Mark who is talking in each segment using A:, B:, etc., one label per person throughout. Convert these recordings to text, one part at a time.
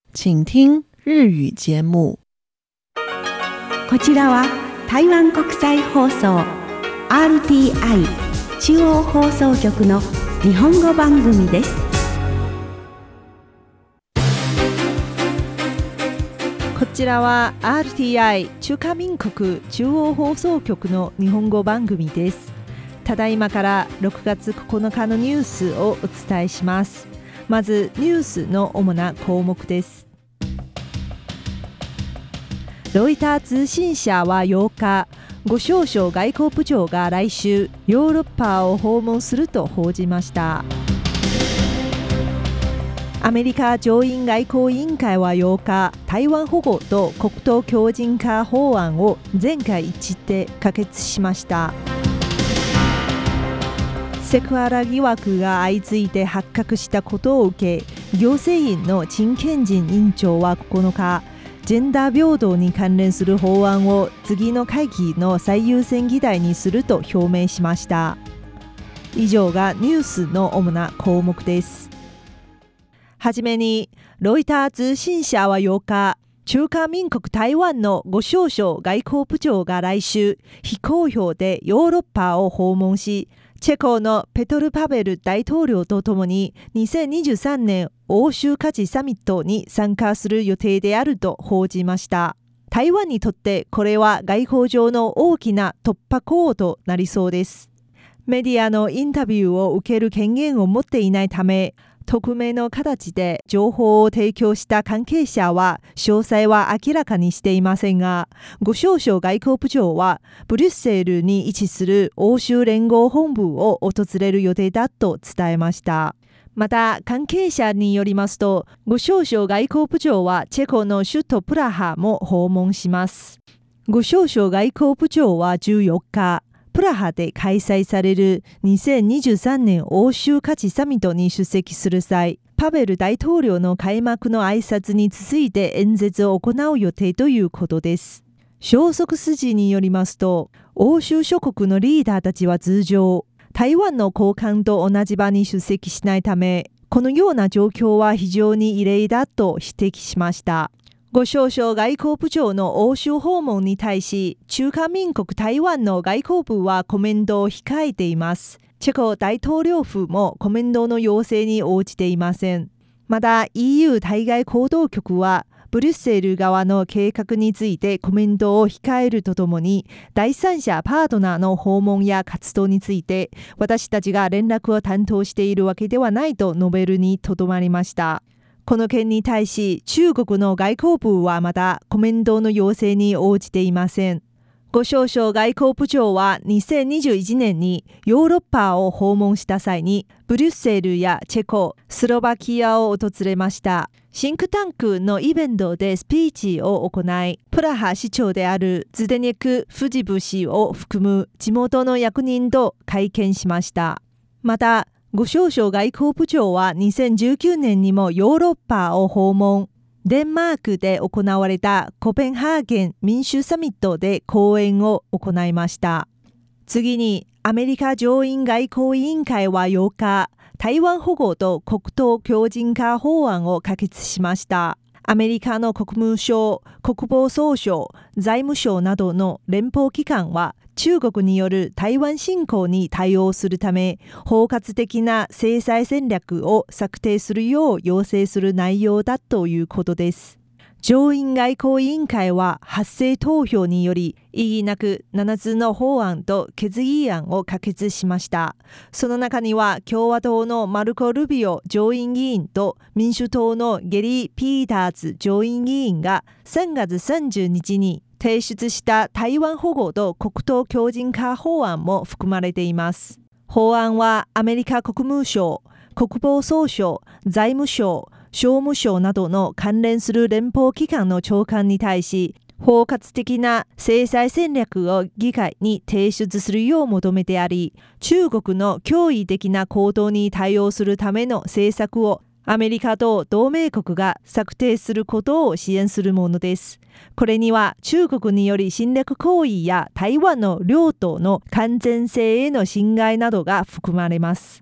A: 请听日语节目。
B: こちらは台湾国際放送 RTI 中央放送局の日本語番組です。
C: こちらは RTI 中華民国中央放送局の日本語番組です。ただいまから6月9日のニュースをお伝えします。まずニュースの主な項目です。ロイター通信社は8日、呉しょう燮外交部長が来週ヨーロッパを訪問すると報じました。アメリカ上院外交委員会は8日、台湾保護と国土強靭化法案を全会一致で可決しました。セクハラ疑惑が相次いで発覚したことを受け、行政院の陳建仁委員長は9日、ジェンダー平等に関連する法案を次の会期の最優先議題にすると表明しました。以上がニュースの主な項目です。はじめに、ロイター通信社は8日、中華民国台湾の呉しょう燮外交部長が来週、非公表でヨーロッパを訪問し、チェコのペトル・パベル大統領とともに2023年欧州価値サミットに参加する予定であると報じました。台湾にとってこれは外交上の大きな突破口となりそうです。メディアのインタビューを受ける権限を持っていないため、匿名の形で情報を提供した関係者は詳細は明らかにしていませんが、呉しょう燮外交部長はブリュッセルに位置する欧州連合本部を訪れる予定だと伝えました。また関係者によりますと、呉しょう燮外交部長はチェコの首都プラハも訪問します。呉しょう燮外交部長は14日、プラハで開催される2023年欧州価値サミットに出席する際、パベル大統領の開幕の挨拶に続いて演説を行う予定ということです。消息筋によりますと、欧州諸国のリーダーたちは通常、台湾の高官と同じ場に出席しないため、このような状況は非常に異例だと指摘しました。呉しょう燮外交部長の欧州訪問に対し、中華民国台湾の外交部はコメントを控えています。チェコ大統領府もコメントの要請に応じていません。また EU 対外行動局は、ブリュッセル側の計画についてコメントを控えるとともに、第三者パートナーの訪問や活動について、私たちが連絡を担当しているわけではないと述べるにとどまりました。この件に対し、中国の外交部はまだコメントの要請に応じていません。呉しょう燮外交部長は2021年にヨーロッパを訪問した際に、ブリュッセルやチェコ、スロバキアを訪れました。シンクタンクのイベントでスピーチを行い、プラハ市長であるズデニェク・フジブ氏を含む地元の役人と会見しました。また、呉しょう燮外交部長は2019年にもヨーロッパを訪問。デンマークで行われたコペンハーゲン民主サミットで講演を行いました。次に、アメリカ上院外交委員会は8日、台湾保護と国土強靭化法案を可決しました。アメリカの国務省、国防総省、財務省などの連邦機関は、中国による台湾侵攻に対応するため、包括的な制裁戦略を策定するよう要請する内容だということです。上院外交委員会は発声投票により、異議なく7つの法案と決議案を可決しました。その中には共和党のマルコ・ルビオ上院議員と民主党のゲリー・ピーターズ上院議員が3月30日に提出した台湾保護と国土強靭化法案も含まれています。法案はアメリカ国務省、国防総省、財務省、商務省などの関連する連邦機関の長官に対し、包括的な制裁戦略を議会に提出するよう求めてあり、中国の脅威的な行動に対応するための政策をアメリカと同盟国が策定することを支援するものです。これには中国により侵略行為や台湾の領土の完全性への侵害などが含まれます。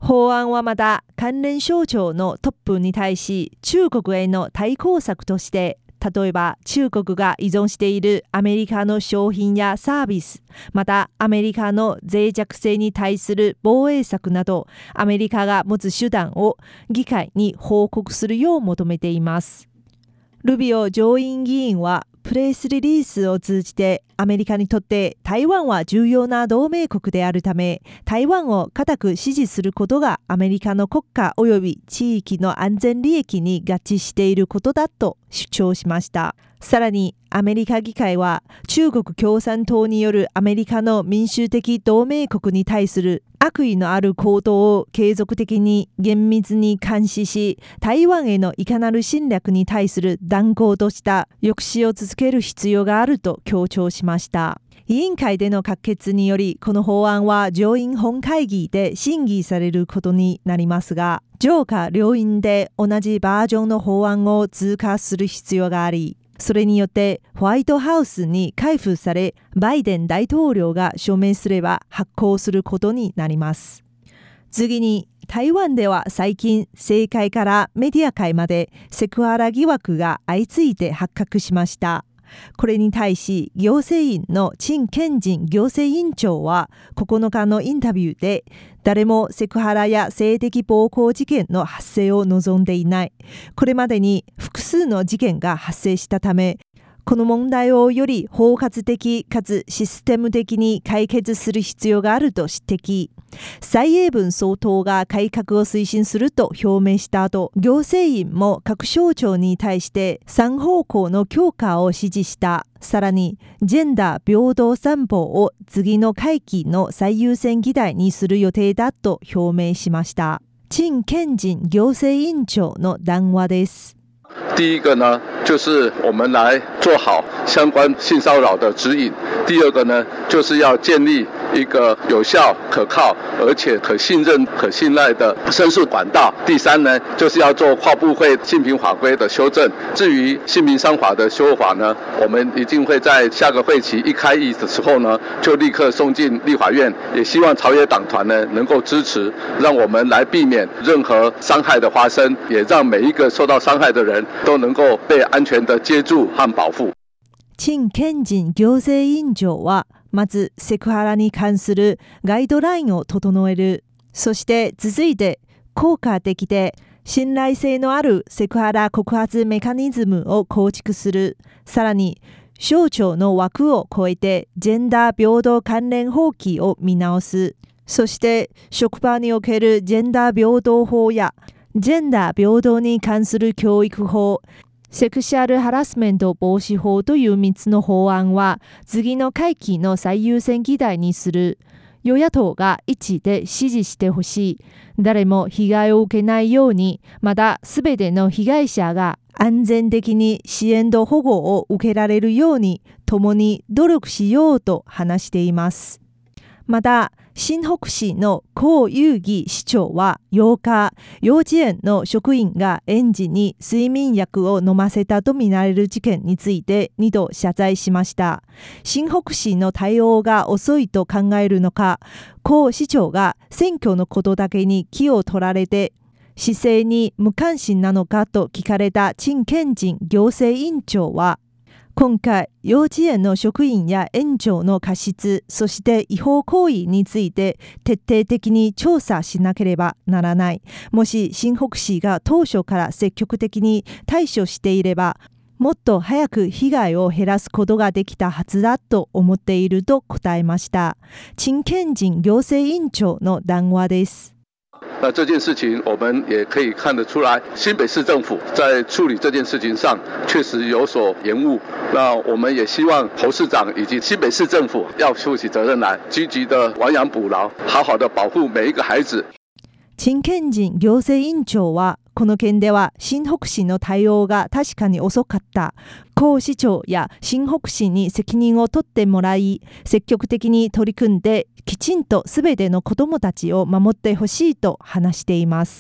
C: 法案はまた関連省庁のトップに対し中国への対抗策として、例えば中国が依存しているアメリカの商品やサービス、またアメリカの脆弱性に対する防衛策など、アメリカが持つ手段を議会に報告するよう求めています。ルビオ上院議員はプレスリリースを通じて、アメリカにとって台湾は重要な同盟国であるため、台湾を固く支持することがアメリカの国家及び地域の安全利益に合致していることだと主張しました。さらにアメリカ議会は中国共産党によるアメリカの民主的同盟国に対する悪意のある行動を継続的に厳密に監視し、台湾へのいかなる侵略に対する断固とした抑止を続ける必要があると強調しました。委員会での可決により、この法案は上院本会議で審議されることになりますが、上下両院で同じバージョンの法案を通過する必要があり、それによってホワイトハウスに回付され、バイデン大統領が署名すれば発効することになります。次に、台湾では最近政界からメディア界までセクハラ疑惑が相次いで発覚しました。これに対し行政院の陳建仁行政院長は9日のインタビューで、誰もセクハラや性的暴行事件の発生を望んでいない。これまでに複数の事件が発生したため、この問題をより包括的かつシステム的に解決する必要があると指摘。蔡英文総統が改革を推進すると表明した後、行政院も各省庁に対して3方向の強化を指示した。さらに、ジェンダー平等三法を次の会期の最優先議題にする予定だと表明しました。陳建仁行政院長の談話です。
D: 第一个呢，就是我们来做好相关性骚扰的指引。第二个呢，就是要建立一个有效、可靠而且可信任、可信赖的申诉管道。第三呢，就是要做跨部会性平法规的修正。至于性平商法的修法呢，我们一定会在下个会期一开议的时候呢，就立刻送进立法院。也希望朝野党团呢能够支持，让我们来避免任何伤害的发生，也让每一个受到伤害的人都能够被安全的接住和保護。
C: 陳建仁行政院長は、まずセクハラに関するガイドラインを整える。そして続いて効果的で信頼性のあるセクハラ告発メカニズムを構築する。さらに省庁の枠を超えてジェンダー平等関連法規を見直す。そして職場におけるジェンダー平等法やジェンダー平等に関する教育法、セクシャルハラスメント防止法という3つの法案は次の会期の最優先議題にする。与野党が一致で支持してほしい。誰も被害を受けないように、またすべての被害者が安全的に支援と保護を受けられるように共に努力しようと話しています。また、新北市の江遊義市長は8日、幼稚園の職員が園児に睡眠薬を飲ませたとみられる事件について2度謝罪しました。新北市の対応が遅いと考えるのか、江市長が選挙のことだけに気を取られて、市政に無関心なのかと聞かれた陳建仁行政院長は、今回、幼稚園の職員や園長の過失、そして違法行為について徹底的に調査しなければならない。もし新北市が当初から積極的に対処していれば、もっと早く被害を減らすことができたはずだと思っていると答えました。陳建仁行政院長の談話です。
D: 那这件事情我们也可以看得出来，新北市政府在处理这件事情上确实有所延误。那我们也希望侯市長以及新北市政府要負起責任来，積極的亡羊補牢，好好的保護每一個孩子。
C: 陳建仁行政院長は、この件では新北市の対応が確かに遅かった。江市長や新北市に責任を取ってもらい、積極的に取り組んで、きちんとすべての子どもたちを守ってほしいと話しています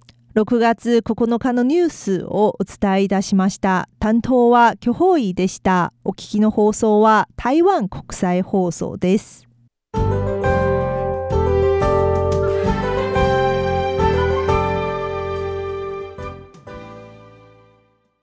C: 。6月9日のニュースをお伝えいたしました。担当は許宝井でした。お聞きの放送は台湾国際放送です。